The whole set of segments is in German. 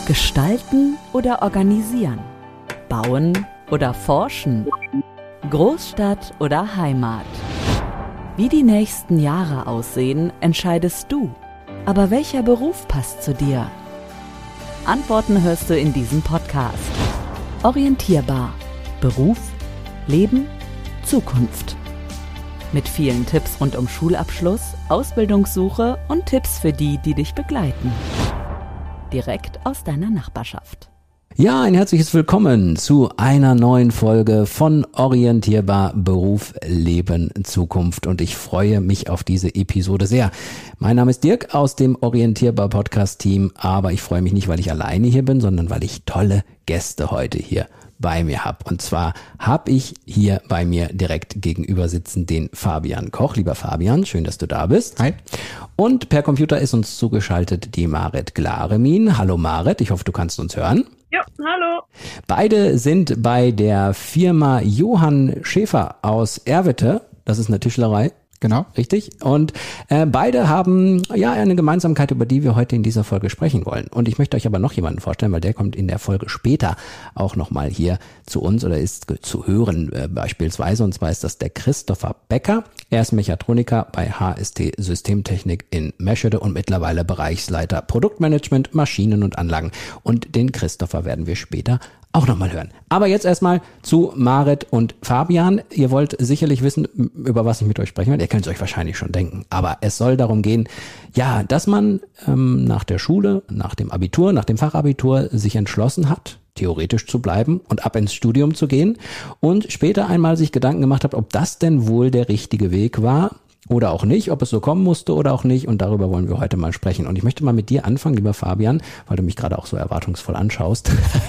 Gestalten oder organisieren? Bauen oder forschen? Großstadt oder Heimat? Wie die nächsten Jahre aussehen, entscheidest du. Aber welcher Beruf passt zu dir? Antworten hörst du in diesem Podcast. Orientierbar. Beruf, Leben, Zukunft. Mit vielen Tipps rund um Schulabschluss, Ausbildungssuche und Tipps für die, die dich begleiten. Direkt aus deiner Nachbarschaft. Ja, ein herzliches Willkommen zu einer neuen Folge von Orientierbar Beruf, Leben, Zukunft, und ich freue mich auf diese Episode sehr. Mein Name ist Dirk aus dem Orientierbar Podcast Team, aber ich freue mich nicht, weil ich alleine hier bin, sondern weil ich tolle Gäste heute hier bei mir habe. Und zwar habe ich hier bei mir direkt gegenüber sitzen den Fabian Koch. Lieber Fabian, schön, dass du da bist. Hi. Und per Computer ist uns zugeschaltet die Marit Glaremin. Hallo Marit, ich hoffe, du kannst uns hören. Ja, hallo. Beide sind bei der Firma Johann Schäfer aus Erwitte. Das ist eine Tischlerei. Genau. Richtig? Und beide haben ja eine Gemeinsamkeit, über die wir heute in dieser Folge sprechen wollen. Und ich möchte euch aber noch jemanden vorstellen, weil der kommt in der Folge später auch nochmal hier zu uns oder ist zu hören beispielsweise. Und zwar ist das der Christopher Becker. Er ist Mechatroniker bei HST Systemtechnik in Meschede und mittlerweile Bereichsleiter Produktmanagement, Maschinen und Anlagen. Und den Christopher werden wir später auch nochmal hören. Aber jetzt erstmal zu Marit und Fabian. Ihr wollt sicherlich wissen, über was ich mit euch sprechen werde. Ihr könnt es euch wahrscheinlich schon denken. Aber es soll darum gehen, ja, dass man nach der Schule, nach dem Abitur, nach dem Fachabitur sich entschlossen hat, theoretisch zu bleiben und ab ins Studium zu gehen und später einmal sich Gedanken gemacht hat, ob das denn wohl der richtige Weg war oder auch nicht, ob es so kommen musste oder auch nicht, und darüber wollen wir heute mal sprechen. Und ich möchte mal mit dir anfangen, lieber Fabian, weil du mich gerade auch so erwartungsvoll anschaust.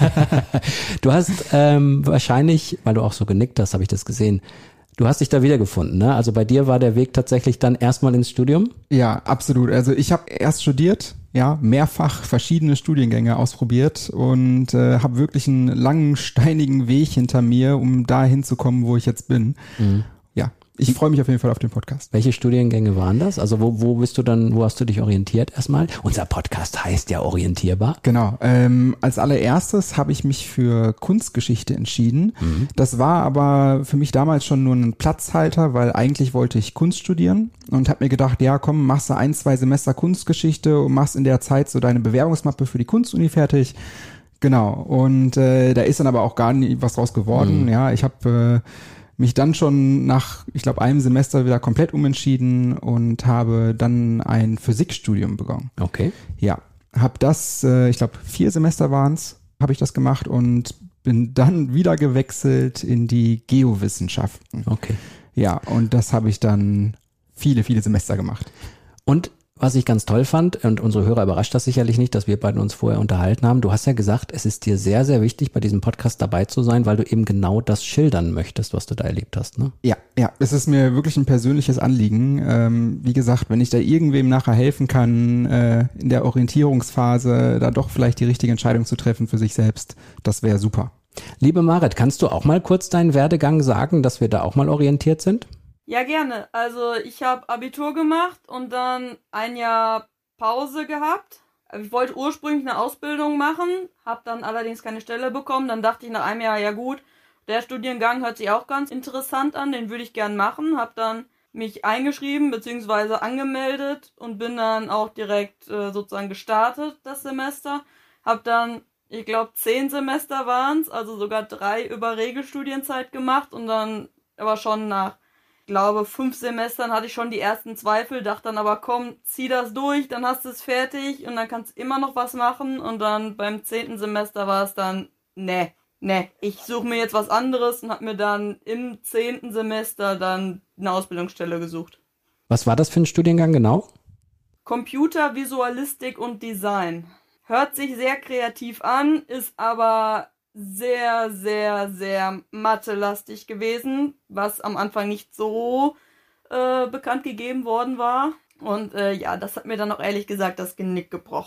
Du hast wahrscheinlich, weil du auch so genickt hast, habe ich das gesehen, du hast dich da wiedergefunden, ne? Also bei dir war der Weg tatsächlich dann erstmal ins Studium? Ja, absolut. Also ich habe erst studiert, ja, mehrfach verschiedene Studiengänge ausprobiert und habe wirklich einen langen, steinigen Weg hinter mir, um da hinzukommen, wo ich jetzt bin. Mhm. Ja, ich freue mich auf jeden Fall auf den Podcast. Welche Studiengänge waren das? Also wo hast du dich orientiert erstmal? Unser Podcast heißt ja Orientierbar. Genau. Als allererstes habe ich mich für Kunstgeschichte entschieden. Mhm. Das war aber für mich damals schon nur ein Platzhalter, weil eigentlich wollte ich Kunst studieren und habe mir gedacht, ja komm, machst du 1-2 Semester Kunstgeschichte und machst in der Zeit so deine Bewerbungsmappe für die Kunstuni fertig. Genau. Und da ist dann aber auch gar nie was draus geworden. Mhm. Ja, ich habe mich dann schon nach, ich glaube, einem Semester wieder komplett umentschieden und habe dann ein Physikstudium begonnen. Okay. Ja, habe das, ich glaube 4 Semester waren's, habe ich das gemacht und bin dann wieder gewechselt in die Geowissenschaften. Okay. Ja, und das habe ich dann viele, viele Semester gemacht. Und was ich ganz toll fand, und unsere Hörer überrascht das sicherlich nicht, dass wir beide uns vorher unterhalten haben, du hast ja gesagt, es ist dir sehr, sehr wichtig, bei diesem Podcast dabei zu sein, weil du eben genau das schildern möchtest, was du da erlebt hast, ne? Ja, es ist mir wirklich ein persönliches Anliegen. Wie gesagt, wenn ich da irgendwem nachher helfen kann, in der Orientierungsphase da doch vielleicht die richtige Entscheidung zu treffen für sich selbst, das wäre super. Liebe Marit, kannst du auch mal kurz deinen Werdegang sagen, dass wir da auch mal orientiert sind? Ja, gerne. Also ich habe Abitur gemacht und dann ein Jahr Pause gehabt. Ich wollte ursprünglich eine Ausbildung machen, habe dann allerdings keine Stelle bekommen. Dann dachte ich nach einem Jahr, ja gut, der Studiengang hört sich auch ganz interessant an, den würde ich gern machen. Habe dann mich eingeschrieben bzw. angemeldet und bin dann auch direkt sozusagen gestartet, das Semester. Habe dann, ich glaube 10 Semester waren's, also sogar 3 über Regelstudienzeit gemacht und dann aber schon nach, ich glaube 5 Semestern hatte ich schon die ersten Zweifel, dachte dann aber komm, zieh das durch, dann hast du es fertig und dann kannst du immer noch was machen, und dann beim 10. Semester war es dann, nee, ich suche mir jetzt was anderes und habe mir dann im 10. Semester dann eine Ausbildungsstelle gesucht. Was war das für ein Studiengang genau? Computer, Visualistik und Design. Hört sich sehr kreativ an, ist aber sehr, sehr, sehr mathelastig gewesen, was am Anfang nicht so bekannt gegeben worden war. Und ja, das hat mir dann auch ehrlich gesagt das Genick gebrochen.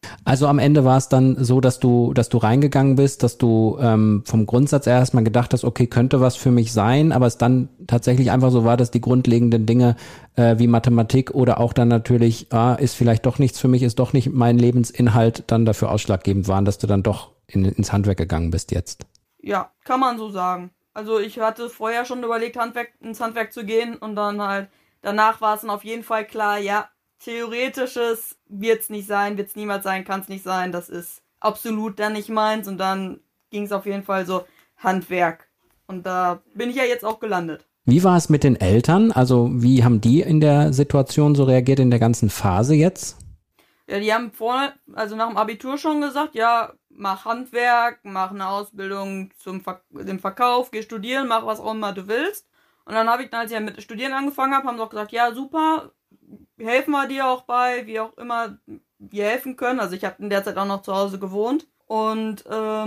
Also am Ende war es dann so, dass du reingegangen bist, dass du vom Grundsatz erstmal gedacht hast, okay, könnte was für mich sein, aber es dann tatsächlich einfach so war, dass die grundlegenden Dinge wie Mathematik oder auch dann natürlich, ist vielleicht doch nichts für mich, ist doch nicht mein Lebensinhalt, dann dafür ausschlaggebend waren, dass du dann doch ins Handwerk gegangen bist jetzt. Ja, kann man so sagen. Also ich hatte vorher schon überlegt, ins Handwerk zu gehen und dann halt, danach war es dann auf jeden Fall klar, ja, Theoretisches wird's nicht sein, wird's niemals sein, kann's nicht sein, das ist absolut dann nicht meins und dann ging es auf jeden Fall so Handwerk und da bin ich ja jetzt auch gelandet. Wie war es mit den Eltern? Also wie haben die in der Situation so reagiert, in der ganzen Phase jetzt? Ja, die haben also nach dem Abitur schon gesagt, ja, mach Handwerk, mach eine Ausbildung im Verkauf, geh studieren, mach was auch immer du willst. Und dann habe ich, als ich mit Studieren angefangen habe, haben sie auch gesagt, ja, super, helfen wir dir auch bei, wie auch immer wir helfen können. Also ich habe in der Zeit auch noch zu Hause gewohnt. Und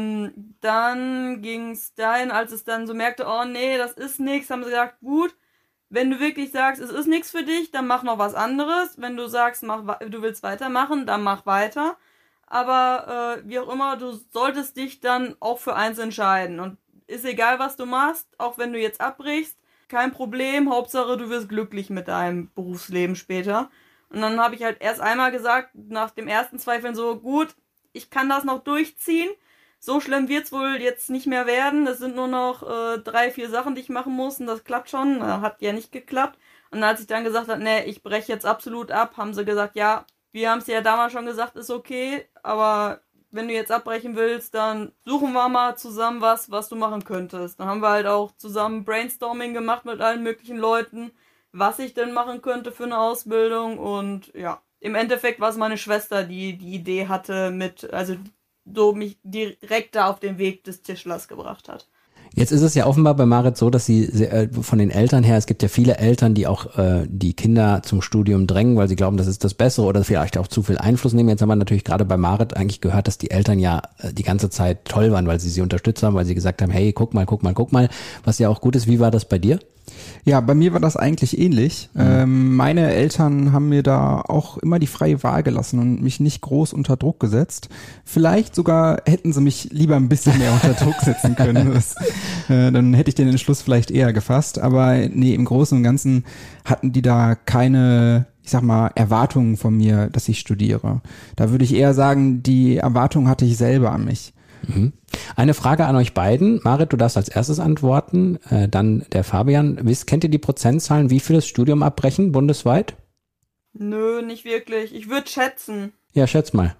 dann ging es dahin, als es dann so merkte, oh nee, das ist nichts, haben sie gesagt, gut, wenn du wirklich sagst, es ist nichts für dich, dann mach noch was anderes. Wenn du sagst, du willst weitermachen, dann mach weiter. Aber wie auch immer, du solltest dich dann auch für eins entscheiden. Und ist egal, was du machst, auch wenn du jetzt abbrichst, kein Problem, Hauptsache du wirst glücklich mit deinem Berufsleben später. Und dann habe ich halt erst einmal gesagt, nach dem ersten Zweifeln so, gut, ich kann das noch durchziehen. So schlimm wird's wohl jetzt nicht mehr werden. Das sind nur noch 3-4 Sachen, die ich machen muss und das klappt schon. Hat ja nicht geklappt. Und als ich dann gesagt habe, nee, ich breche jetzt absolut ab, haben sie gesagt, ja, wir haben es ja damals schon gesagt, ist okay, aber wenn du jetzt abbrechen willst, dann suchen wir mal zusammen was du machen könntest. Dann haben wir halt auch zusammen Brainstorming gemacht mit allen möglichen Leuten, was ich denn machen könnte für eine Ausbildung. Und ja, im Endeffekt war es meine Schwester, die die Idee hatte, so mich direkt da auf den Weg des Tischlers gebracht hat. Jetzt ist es ja offenbar bei Marit so, dass sie von den Eltern her, es gibt ja viele Eltern, die auch die Kinder zum Studium drängen, weil sie glauben, das ist das Bessere oder vielleicht auch zu viel Einfluss nehmen. Jetzt haben wir natürlich gerade bei Marit eigentlich gehört, dass die Eltern ja die ganze Zeit toll waren, weil sie unterstützt haben, weil sie gesagt haben, hey, guck mal, was ja auch gut ist. Wie war das bei dir? Ja, bei mir war das eigentlich ähnlich. Meine Eltern haben mir da auch immer die freie Wahl gelassen und mich nicht groß unter Druck gesetzt. Vielleicht sogar hätten sie mich lieber ein bisschen mehr unter Druck setzen können. Dann hätte ich den Entschluss vielleicht eher gefasst. Aber nee, im Großen und Ganzen hatten die da keine, ich sag mal, Erwartungen von mir, dass ich studiere. Da würde ich eher sagen, die Erwartungen hatte ich selber an mich. Eine Frage an euch beiden. Marit, du darfst als erstes antworten, dann der Fabian. Kennt ihr die Prozentzahlen, wie viele das Studium abbrechen bundesweit? Nö, nicht wirklich. Ich würde schätzen. Ja, schätz mal.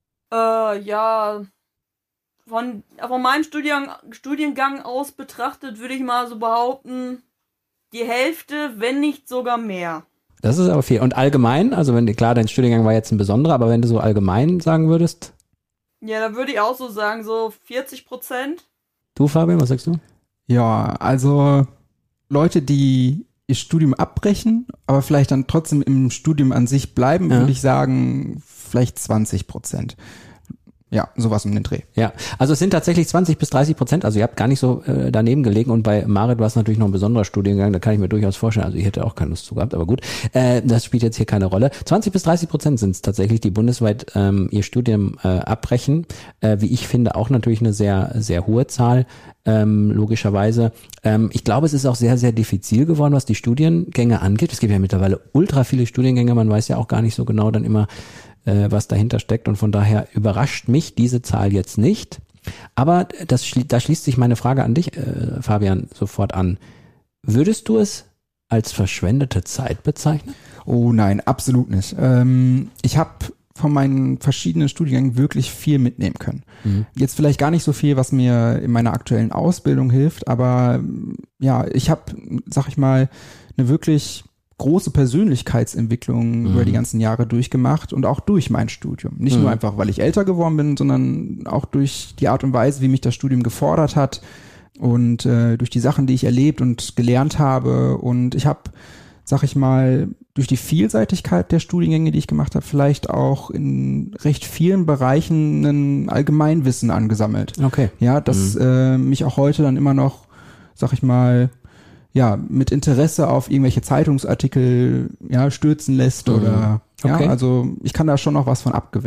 Ja, von meinem Studiengang aus betrachtet würde ich mal so behaupten, die Hälfte, wenn nicht sogar mehr. Das ist aber viel. Und allgemein, also klar, dein Studiengang war jetzt ein besonderer, aber wenn du so allgemein sagen würdest? Ja, da würde ich auch so sagen, so 40%. Du, Fabian, was sagst du? Ja, also Leute, die ihr Studium abbrechen, aber vielleicht dann trotzdem im Studium an sich bleiben, würde ich sagen, vielleicht 20%. Ja, sowas um den Dreh. Ja, also es sind tatsächlich 20-30%, also ihr habt gar nicht so daneben gelegen und bei Marit war es natürlich noch ein besonderer Studiengang, da kann ich mir durchaus vorstellen, also ich hätte auch keine Lust zu gehabt, aber gut, das spielt jetzt hier keine Rolle. 20-30% sind es tatsächlich, die bundesweit ihr Studium abbrechen, wie ich finde auch natürlich eine sehr, sehr hohe Zahl, logischerweise. Ich glaube, es ist auch sehr, sehr diffizil geworden, was die Studiengänge angeht. Es gibt ja mittlerweile ultra viele Studiengänge, man weiß ja auch gar nicht so genau dann immer, was dahinter steckt und von daher überrascht mich diese Zahl jetzt nicht. Aber da schließt sich meine Frage an dich, Fabian, sofort an. Würdest du es als verschwendete Zeit bezeichnen? Oh nein, absolut nicht. Ich habe von meinen verschiedenen Studiengängen wirklich viel mitnehmen können. Jetzt vielleicht gar nicht so viel, was mir in meiner aktuellen Ausbildung hilft, aber ja, ich habe, sag ich mal, eine wirklich große Persönlichkeitsentwicklung über die ganzen Jahre durchgemacht und auch durch mein Studium. Nicht nur einfach, weil ich älter geworden bin, sondern auch durch die Art und Weise, wie mich das Studium gefordert hat und durch die Sachen, die ich erlebt und gelernt habe. Und ich habe, sag ich mal, durch die Vielseitigkeit der Studiengänge, die ich gemacht habe, vielleicht auch in recht vielen Bereichen ein Allgemeinwissen angesammelt. Okay. Ja, das mich auch heute dann immer noch, sag ich mal, ja, mit Interesse auf irgendwelche Zeitungsartikel stürzen lässt oder okay. also ich kann da schon noch was von abgewinnen.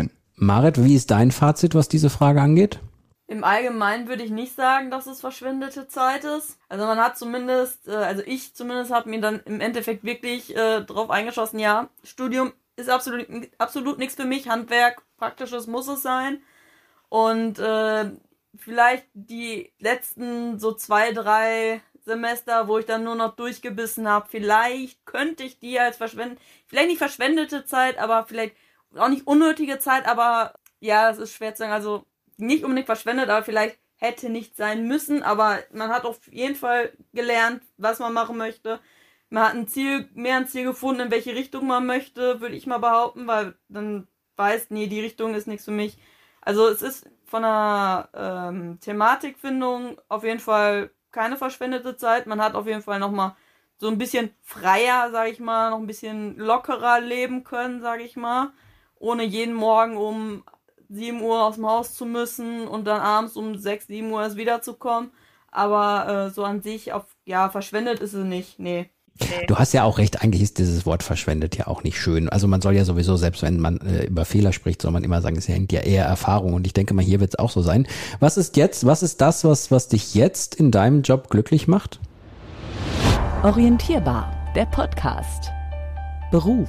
Marit, wie ist dein Fazit, was diese Frage angeht? Im Allgemeinen würde ich nicht sagen, dass es verschwendete Zeit ist. Also man hat zumindest, ich zumindest habe mir dann im Endeffekt wirklich drauf eingeschossen, ja, Studium ist absolut nichts für mich, Handwerk, Praktisches muss es sein. Und vielleicht die letzten so 2-3 Semester, wo ich dann nur noch durchgebissen habe, vielleicht könnte ich die als vielleicht nicht verschwendete Zeit, aber vielleicht auch nicht unnötige Zeit, aber ja, es ist schwer zu sagen, also nicht unbedingt verschwendet, aber vielleicht hätte nicht sein müssen, aber man hat auf jeden Fall gelernt, was man machen möchte. Man hat ein Ziel gefunden, in welche Richtung man möchte, würde ich mal behaupten, weil dann weiß, nee, die Richtung ist nichts für mich. Also es ist von der Thematikfindung auf jeden Fall keine verschwendete Zeit. Man hat auf jeden Fall nochmal so ein bisschen freier, sag ich mal, noch ein bisschen lockerer leben können, sag ich mal, ohne jeden Morgen um 7 Uhr aus dem Haus zu müssen und dann abends um 6, 7 Uhr erst wiederzukommen. Aber so an sich, verschwendet ist es nicht, nee. Du hast ja auch recht, eigentlich ist dieses Wort verschwendet ja auch nicht schön. Also man soll ja sowieso, selbst wenn man über Fehler spricht, soll man immer sagen, es hängt ja eher Erfahrung. Und ich denke mal, hier wird es auch so sein. Was ist das, was dich jetzt in deinem Job glücklich macht? Orientierbar, der Podcast. Beruf.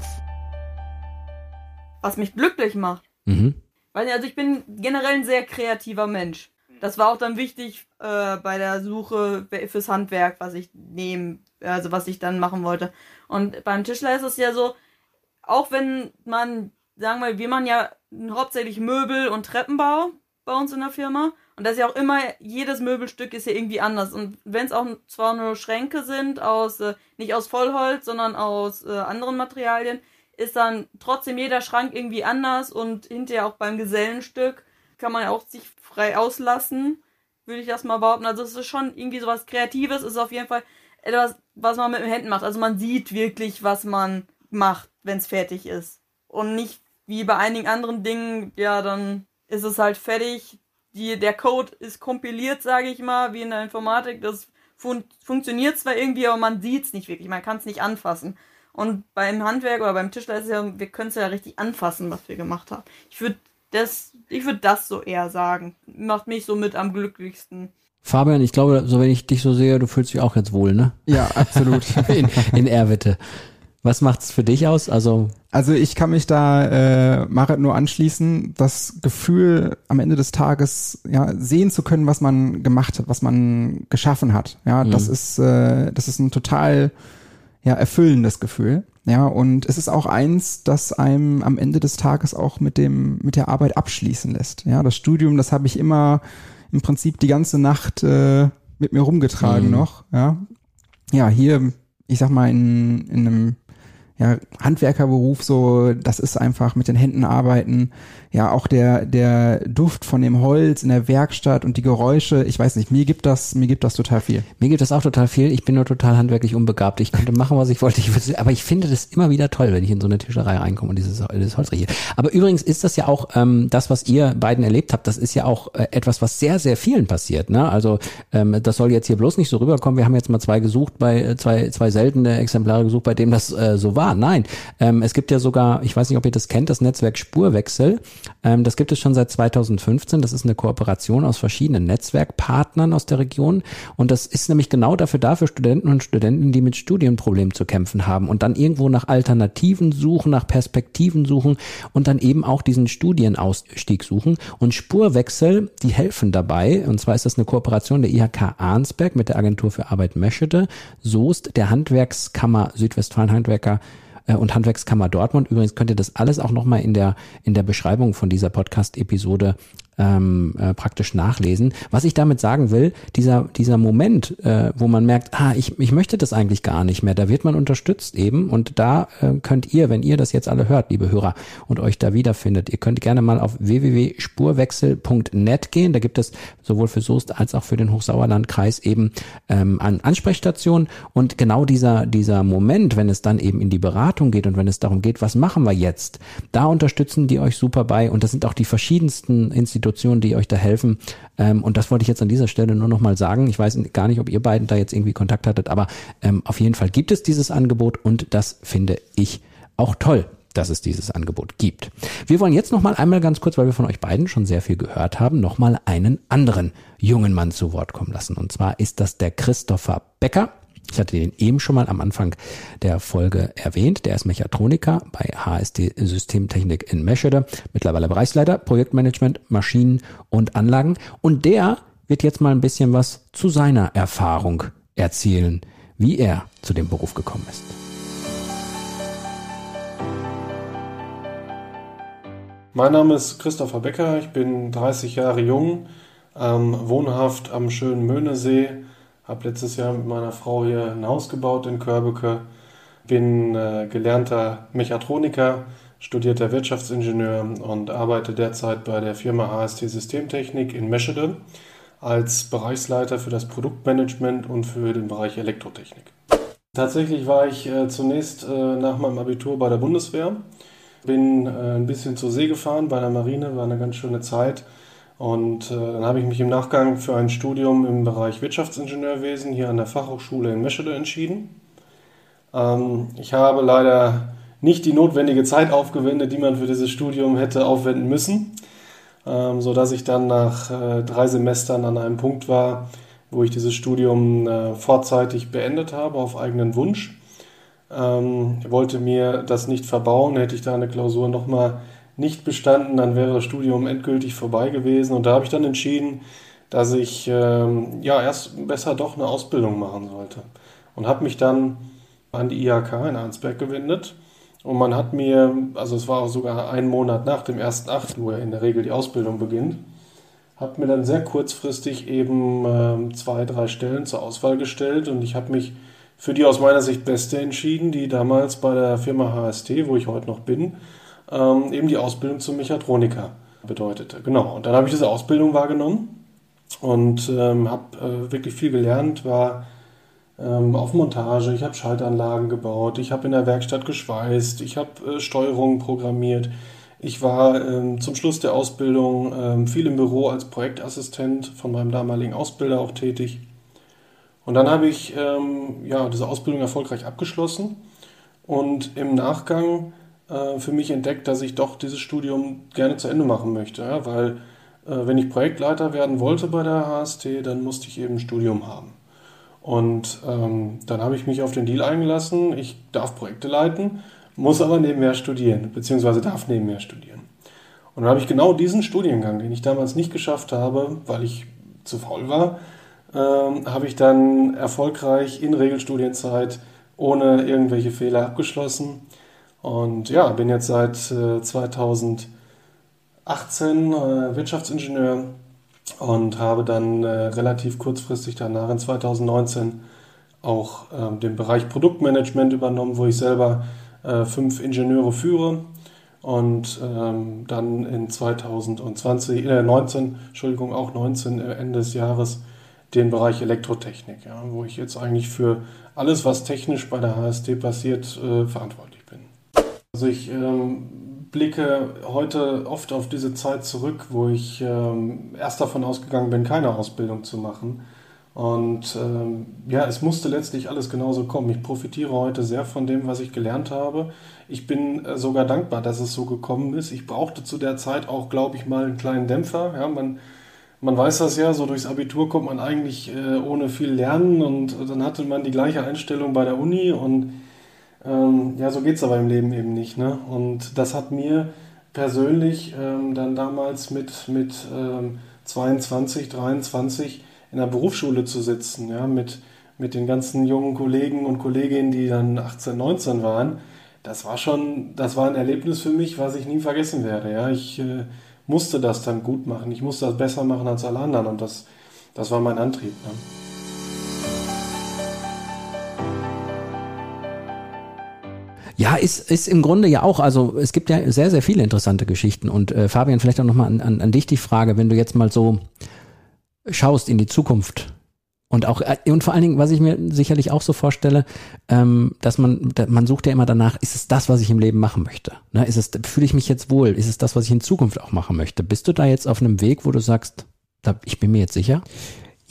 Was mich glücklich macht? Also ich bin generell ein sehr kreativer Mensch. Das war auch dann wichtig bei der Suche fürs Handwerk, was ich dann machen wollte. Und beim Tischler ist es ja so, auch wenn man, sagen wir, wir machen ja hauptsächlich Möbel und Treppenbau bei uns in der Firma. Und das ist ja auch immer, jedes Möbelstück ist ja irgendwie anders. Und wenn es auch zwar nur Schränke sind, nicht aus Vollholz, sondern aus anderen Materialien, ist dann trotzdem jeder Schrank irgendwie anders. Und hinterher auch beim Gesellenstück kann man ja auch sich frei auslassen, würde ich das mal behaupten. Also es ist schon irgendwie sowas Kreatives, ist auf jeden Fall etwas, was man mit den Händen macht. Also man sieht wirklich, was man macht, wenn es fertig ist. Und nicht wie bei einigen anderen Dingen, ja, dann ist es halt fertig. Der Code ist kompiliert, sage ich mal, wie in der Informatik. Das funktioniert zwar irgendwie, aber man sieht es nicht wirklich. Man kann es nicht anfassen. Und beim Handwerk oder beim Tischler ist es ja, wir können es ja richtig anfassen, was wir gemacht haben. Ich würde das so eher sagen. Macht mich so mit am glücklichsten. Fabian, ich glaube, so wenn ich dich so sehe, du fühlst dich auch jetzt wohl, ne? Ja, absolut. in Erwitte. Was macht's für dich aus? Also ich kann mich da Marit nur anschließen, das Gefühl am Ende des Tages sehen zu können, was man gemacht hat, was man geschaffen hat. Ja, das ist ein total erfüllendes Gefühl. Ja, und es ist auch eins, das einem am Ende des Tages auch mit der Arbeit abschließen lässt. Ja, das Studium, das habe ich immer im Prinzip die ganze Nacht mit mir rumgetragen noch. Ja, hier, ich sag mal, in einem Handwerkerberuf so, das ist einfach mit den Händen arbeiten, ja, auch der Duft von dem Holz in der Werkstatt und die Geräusche, ich weiß nicht, mir gibt das total viel. Mir gibt das auch total viel, ich bin nur total handwerklich unbegabt, ich könnte machen, was ich wollte, aber ich finde das immer wieder toll, wenn ich in so eine Tischerei reinkomme und dieses Holz rieche. Aber übrigens ist das ja auch das, was ihr beiden erlebt habt, das ist ja auch etwas, was sehr, sehr vielen passiert, ne? Also das soll jetzt hier bloß nicht so rüberkommen, wir haben jetzt mal zwei seltene Exemplare gesucht, bei denen das so war. Nein, es gibt ja sogar, ich weiß nicht, ob ihr das kennt, das Netzwerk Spurwechsel. Das gibt es schon seit 2015. Das ist eine Kooperation aus verschiedenen Netzwerkpartnern aus der Region. Und das ist nämlich genau dafür da, für Studenten und Studentinnen, die mit Studienproblemen zu kämpfen haben und dann irgendwo nach Alternativen suchen, nach Perspektiven suchen und dann eben auch diesen Studienausstieg suchen. Und Spurwechsel, die helfen dabei. Und zwar ist das eine Kooperation der IHK Arnsberg mit der Agentur für Arbeit Meschede, Soest, der Handwerkskammer Südwestfalen Handwerker und Handwerkskammer Dortmund. Übrigens könnt ihr das alles auch nochmal in der Beschreibung von dieser Podcast-Episode praktisch nachlesen. Was ich damit sagen will, dieser Moment, wo man merkt, ich möchte das eigentlich gar nicht mehr, da wird man unterstützt eben und da könnt ihr, wenn ihr das jetzt alle hört, liebe Hörer, und euch da wiederfindet, ihr könnt gerne mal auf www.spurwechsel.net gehen, da gibt es sowohl für Soest als auch für den Hochsauerlandkreis eben an Ansprechstationen und genau dieser Moment, wenn es dann eben in die Beratung geht und wenn es darum geht, was machen wir jetzt, da unterstützen die euch super bei und das sind auch die verschiedensten Institutionen, die euch da helfen. Und das wollte ich jetzt an dieser Stelle nur noch mal sagen. Ich weiß gar nicht, ob ihr beiden da jetzt irgendwie Kontakt hattet, aber auf jeden Fall gibt es dieses Angebot und das finde ich auch toll. dass es dieses Angebot gibt. Wir wollen jetzt noch mal einmal ganz kurz, weil wir von euch beiden schon sehr viel gehört haben, noch mal einen anderen jungen Mann zu Wort kommen lassen. Und zwar ist das der Christopher Becker. Ich hatte den eben schon mal am Anfang der Folge erwähnt. Der ist Mechatroniker bei HST Systemtechnik in Meschede, mittlerweile Bereichsleiter, Projektmanagement, Maschinen und Anlagen. Und der wird jetzt mal ein bisschen was zu seiner Erfahrung erzählen, wie er zu dem Beruf gekommen ist. Mein Name ist Christopher Becker, ich bin 30 Jahre jung, wohnhaft am schönen Möhnesee, habe letztes Jahr mit meiner Frau hier ein Haus gebaut in Körbeke, bin gelernter Mechatroniker, studierter Wirtschaftsingenieur und arbeite derzeit bei der Firma HST Systemtechnik in Meschede als Bereichsleiter für das Produktmanagement und für den Bereich Elektrotechnik. Tatsächlich war ich zunächst nach meinem Abitur bei der Bundeswehr. Bin ein bisschen zur See gefahren bei der Marine, war eine ganz schöne Zeit. Und dann habe ich mich im Nachgang für ein Studium im Bereich Wirtschaftsingenieurwesen hier an der Fachhochschule in Meschede entschieden. Ich habe leider nicht die notwendige Zeit aufgewendet, die man für dieses Studium hätte aufwenden müssen, sodass ich dann nach 3 Semestern an einem Punkt war, wo ich dieses Studium vorzeitig beendet habe, auf eigenen Wunsch. Ich wollte mir das nicht verbauen, hätte ich da eine Klausur nochmal nicht bestanden, dann wäre das Studium endgültig vorbei gewesen. Und da habe ich dann entschieden, dass ich erst besser doch eine Ausbildung machen sollte. Und habe mich dann an die IHK in Arnsberg gewendet. Und man hat mir, also es war auch sogar einen Monat nach dem 1.8., wo ja in der Regel die Ausbildung beginnt, hat mir dann sehr kurzfristig eben 2, 3 Stellen zur Auswahl gestellt. Und ich habe mich für die aus meiner Sicht beste entschieden, die damals bei der Firma HST, wo ich heute noch bin, eben die Ausbildung zum Mechatroniker bedeutete. Genau, und dann habe ich diese Ausbildung wahrgenommen und habe wirklich viel gelernt, war auf Montage, ich habe Schaltanlagen gebaut, ich habe in der Werkstatt geschweißt, ich habe Steuerungen programmiert. Ich war zum Schluss der Ausbildung viel im Büro als Projektassistent von meinem damaligen Ausbilder auch tätig. Und dann habe ich diese Ausbildung erfolgreich abgeschlossen und im Nachgang für mich entdeckt, dass ich doch dieses Studium gerne zu Ende machen möchte. Ja? Weil wenn ich Projektleiter werden wollte bei der HST, dann musste ich eben ein Studium haben. Und dann habe ich mich auf den Deal eingelassen, ich darf Projekte leiten, muss aber nebenher studieren, beziehungsweise darf nebenher studieren. Und dann habe ich genau diesen Studiengang, den ich damals nicht geschafft habe, weil ich zu faul war, habe ich dann erfolgreich in Regelstudienzeit ohne irgendwelche Fehler abgeschlossen. Und ja, bin jetzt seit 2018 Wirtschaftsingenieur und habe dann relativ kurzfristig danach in 2019 auch den Bereich Produktmanagement übernommen, wo ich selber 5 Ingenieure führe. Und dann in 2019, Ende des Jahres, den Bereich Elektrotechnik, ja, wo ich jetzt eigentlich für alles, was technisch bei der HST passiert, verantwortlich bin. Also ich blicke heute oft auf diese Zeit zurück, wo ich erst davon ausgegangen bin, keine Ausbildung zu machen. Und es musste letztlich alles genauso kommen. Ich profitiere heute sehr von dem, was ich gelernt habe. Ich bin sogar dankbar, dass es so gekommen ist. Ich brauchte zu der Zeit auch, glaube ich, mal einen kleinen Dämpfer. Ja, man weiß das ja, so durchs Abitur kommt man eigentlich ohne viel lernen und dann hatte man die gleiche Einstellung bei der Uni und so geht es aber im Leben eben nicht. Ne? Und das hat mir persönlich dann damals mit 22, 23 in der Berufsschule zu sitzen, ja, mit den ganzen jungen Kollegen und Kolleginnen, die dann 18, 19 waren, das war ein Erlebnis für mich, was ich nie vergessen werde. Ja? Ich musste das dann gut machen, ich musste das besser machen als alle anderen und das war mein Antrieb. Ne? Ja, ist im Grunde ja auch, also es gibt ja sehr, sehr viele interessante Geschichten und Fabian, vielleicht auch nochmal an dich die Frage, wenn du jetzt mal so schaust in die Zukunft und vor allen Dingen, was ich mir sicherlich auch so vorstelle, dass man sucht ja immer danach, ist es das, was ich im Leben machen möchte? Ne? Fühle ich mich jetzt wohl? Ist es das, was ich in Zukunft auch machen möchte? Bist du da jetzt auf einem Weg, wo du sagst, ich bin mir jetzt sicher? Ja,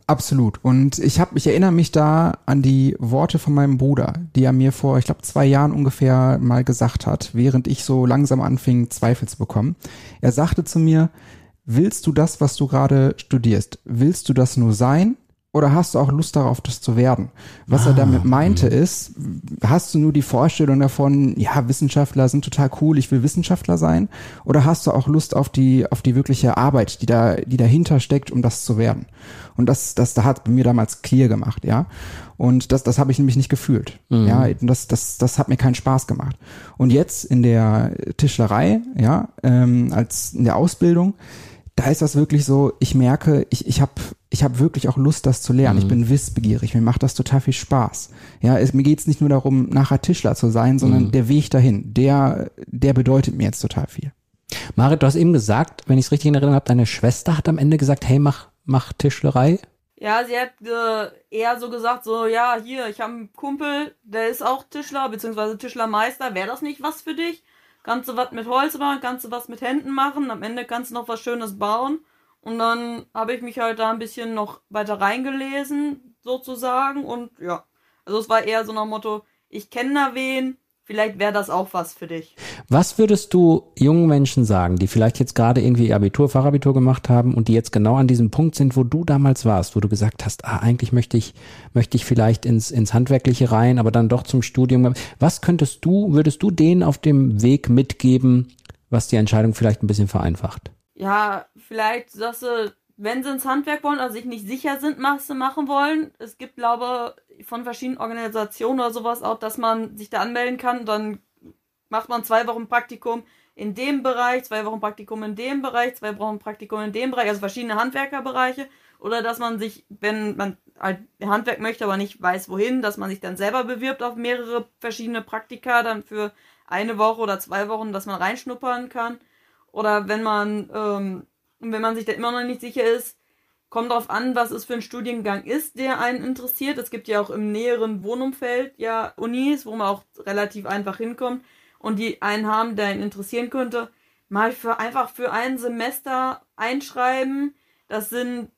Absolut. Und ich erinnere mich da an die Worte von meinem Bruder, die er mir vor, ich glaube, 2 Jahren ungefähr mal gesagt hat, während ich so langsam anfing, Zweifel zu bekommen. Er sagte zu mir, willst du das, was du gerade studierst? Willst du das nur sein? Oder hast du auch Lust darauf, das zu werden? Was er damit meinte ist, hast du nur die Vorstellung davon, ja, Wissenschaftler sind total cool, ich will Wissenschaftler sein? Oder hast du auch Lust auf die wirkliche Arbeit, die dahinter steckt, um das zu werden? Und das hat bei mir damals clear gemacht, ja. Und das habe ich nämlich nicht gefühlt. Ja, das hat mir keinen Spaß gemacht. Und jetzt in der Tischlerei, ja, als in der Ausbildung, da ist das wirklich so, ich merke, ich habe wirklich auch Lust, das zu lernen. Ich bin wissbegierig, mir macht das total viel Spaß. Ja, mir geht's nicht nur darum, nachher Tischler zu sein, sondern der Weg dahin, der bedeutet mir jetzt total viel. Marit, du hast eben gesagt, wenn ich es richtig in Erinnerung habe, deine Schwester hat am Ende gesagt, hey, mach Tischlerei. Ja, sie hat eher so gesagt, so, ja, hier, ich habe einen Kumpel, der ist auch Tischler, beziehungsweise Tischlermeister, wäre das nicht was für dich? Kannst du was mit Holz machen, kannst du was mit Händen machen, am Ende kannst du noch was Schönes bauen. Und dann habe ich mich halt da ein bisschen noch weiter reingelesen, sozusagen. Und ja, also es war eher so nach dem Motto, ich kenne da wen, vielleicht wäre das auch was für dich. Was würdest du jungen Menschen sagen, die vielleicht jetzt gerade irgendwie ihr Fachabitur gemacht haben und die jetzt genau an diesem Punkt sind, wo du damals warst, wo du gesagt hast, eigentlich möchte ich vielleicht ins Handwerkliche rein, aber dann doch zum Studium. Was würdest du denen auf dem Weg mitgeben, was die Entscheidung vielleicht ein bisschen vereinfacht? Ja, vielleicht, dass sie, wenn sie ins Handwerk wollen, also sich nicht sicher sind, was sie machen wollen. Es gibt, glaube ich, von verschiedenen Organisationen oder sowas auch, dass man sich da anmelden kann. Dann macht man 2 Wochen Praktikum in dem Bereich, 2 Wochen Praktikum in dem Bereich, 2 Wochen Praktikum in dem Bereich, also verschiedene Handwerkerbereiche. Oder dass man sich, wenn man halt Handwerk möchte, aber nicht weiß wohin, dass man sich dann selber bewirbt auf mehrere verschiedene Praktika, dann für 1 Woche oder 2 Wochen, dass man reinschnuppern kann. Oder wenn man sich da immer noch nicht sicher ist, kommt darauf an, was es für ein Studiengang ist, der einen interessiert. Es gibt ja auch im näheren Wohnumfeld ja Unis, wo man auch relativ einfach hinkommt und die einen haben, der einen interessieren könnte. Mal einfach für ein Semester einschreiben. Das sind,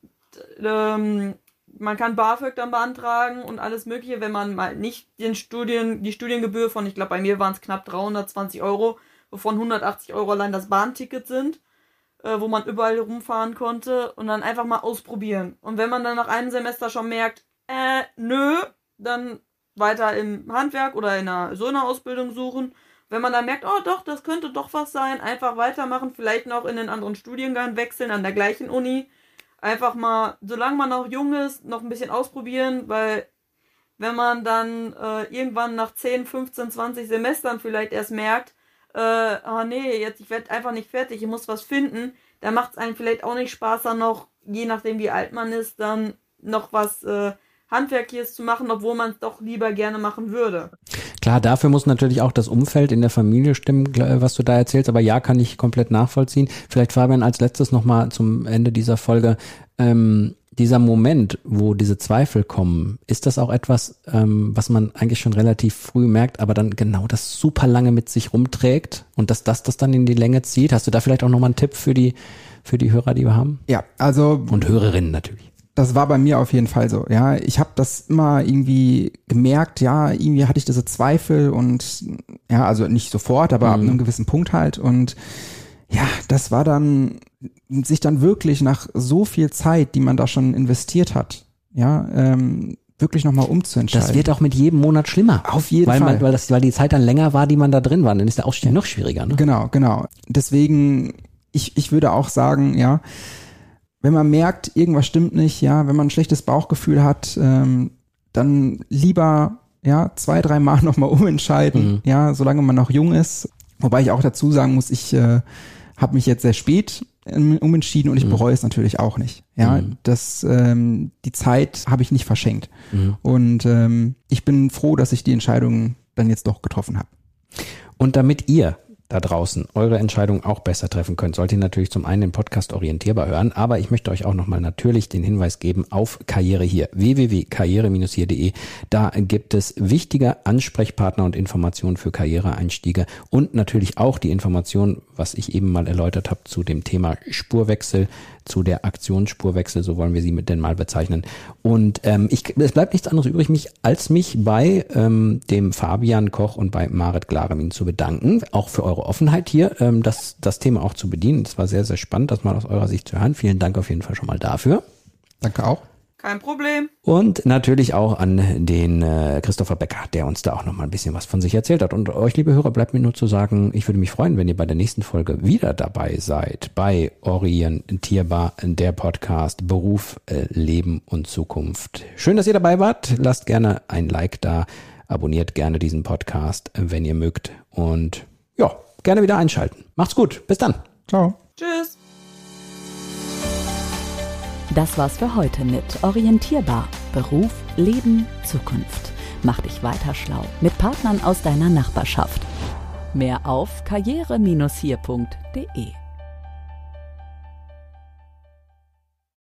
man kann BAföG dann beantragen und alles Mögliche, wenn man mal nicht die Studiengebühr von, ich glaube bei mir waren es knapp 320 €, wovon 180 € allein das Bahnticket sind, wo man überall rumfahren konnte und dann einfach mal ausprobieren. Und wenn man dann nach einem Semester schon merkt, nö, dann weiter im Handwerk oder in einer Ausbildung suchen. Wenn man dann merkt, oh doch, das könnte doch was sein, einfach weitermachen, vielleicht noch in einen anderen Studiengang wechseln an der gleichen Uni. Einfach mal, solange man noch jung ist, noch ein bisschen ausprobieren, weil wenn man dann irgendwann nach 10, 15, 20 Semestern vielleicht erst merkt, ich werde einfach nicht fertig, ich muss was finden, da macht es einem vielleicht auch nicht Spaß, dann noch, je nachdem wie alt man ist, dann noch was Handwerkliches zu machen, obwohl man es doch lieber gerne machen würde. Klar, dafür muss natürlich auch das Umfeld in der Familie stimmen, was du da erzählst, aber ja, kann ich komplett nachvollziehen. Vielleicht, Fabian, als letztes nochmal zum Ende dieser Folge, dieser Moment, wo diese Zweifel kommen, ist das auch etwas, was man eigentlich schon relativ früh merkt, aber dann genau das super lange mit sich rumträgt und dass das dann in die Länge zieht? Hast du da vielleicht auch nochmal einen Tipp für die Hörer, die wir haben? Ja, also... Und Hörerinnen natürlich. Das war bei mir auf jeden Fall so, ja. Ich habe das immer irgendwie gemerkt, ja, irgendwie hatte ich diese Zweifel und ja, also nicht sofort, aber ab einem gewissen Punkt halt und ja, das war dann, sich dann wirklich nach so viel Zeit, die man da schon investiert hat, ja, wirklich nochmal umzuentscheiden. Das wird auch mit jedem Monat schlimmer. Auf jeden Fall. Weil die Zeit dann länger war, die man da drin war, dann ist der Ausstieg noch schwieriger, ne? Genau. Deswegen, ich würde auch sagen, ja, wenn man merkt, irgendwas stimmt nicht, ja, wenn man ein schlechtes Bauchgefühl hat, dann lieber, ja, 2, 3 Mal nochmal umentscheiden, ja, solange man noch jung ist. Wobei ich auch dazu sagen muss, ich habe mich jetzt sehr spät umentschieden und ich bereue es natürlich auch nicht. Ja, die Zeit habe ich nicht verschenkt. Und ich bin froh, dass ich die Entscheidung dann jetzt doch getroffen habe. Und damit ihr da draußen eure Entscheidung auch besser treffen könnt, sollt ihr natürlich zum einen den Podcast orientierbar hören, aber ich möchte euch auch nochmal natürlich den Hinweis geben auf Karriere hier, www.karriere-hier.de. Da gibt es wichtige Ansprechpartner und Informationen für Karriereeinstiege und natürlich auch die Informationen, was ich eben mal erläutert habe, zu dem Thema Spurwechsel, zu der Aktion Spurwechsel, so wollen wir sie denn mal bezeichnen. Und es bleibt nichts anderes übrig, als mich bei dem Fabian Koch und bei Marit Glaremin zu bedanken, auch für eure Offenheit hier, das Thema auch zu bedienen. Es war sehr, sehr spannend, das mal aus eurer Sicht zu hören. Vielen Dank auf jeden Fall schon mal dafür. Danke auch. Kein Problem. Und natürlich auch an den Christopher Becker, der uns da auch noch mal ein bisschen was von sich erzählt hat. Und euch, liebe Hörer, bleibt mir nur zu sagen, ich würde mich freuen, wenn ihr bei der nächsten Folge wieder dabei seid, bei Orientierbar, der Podcast Beruf, Leben und Zukunft. Schön, dass ihr dabei wart. Lasst gerne ein Like da, abonniert gerne diesen Podcast, wenn ihr mögt. Und ja, gerne wieder einschalten. Macht's gut. Bis dann. Ciao. Tschüss. Das war's für heute mit Orientierbar. Beruf, Leben, Zukunft. Mach dich weiter schlau mit Partnern aus deiner Nachbarschaft. Mehr auf karriere-hier.de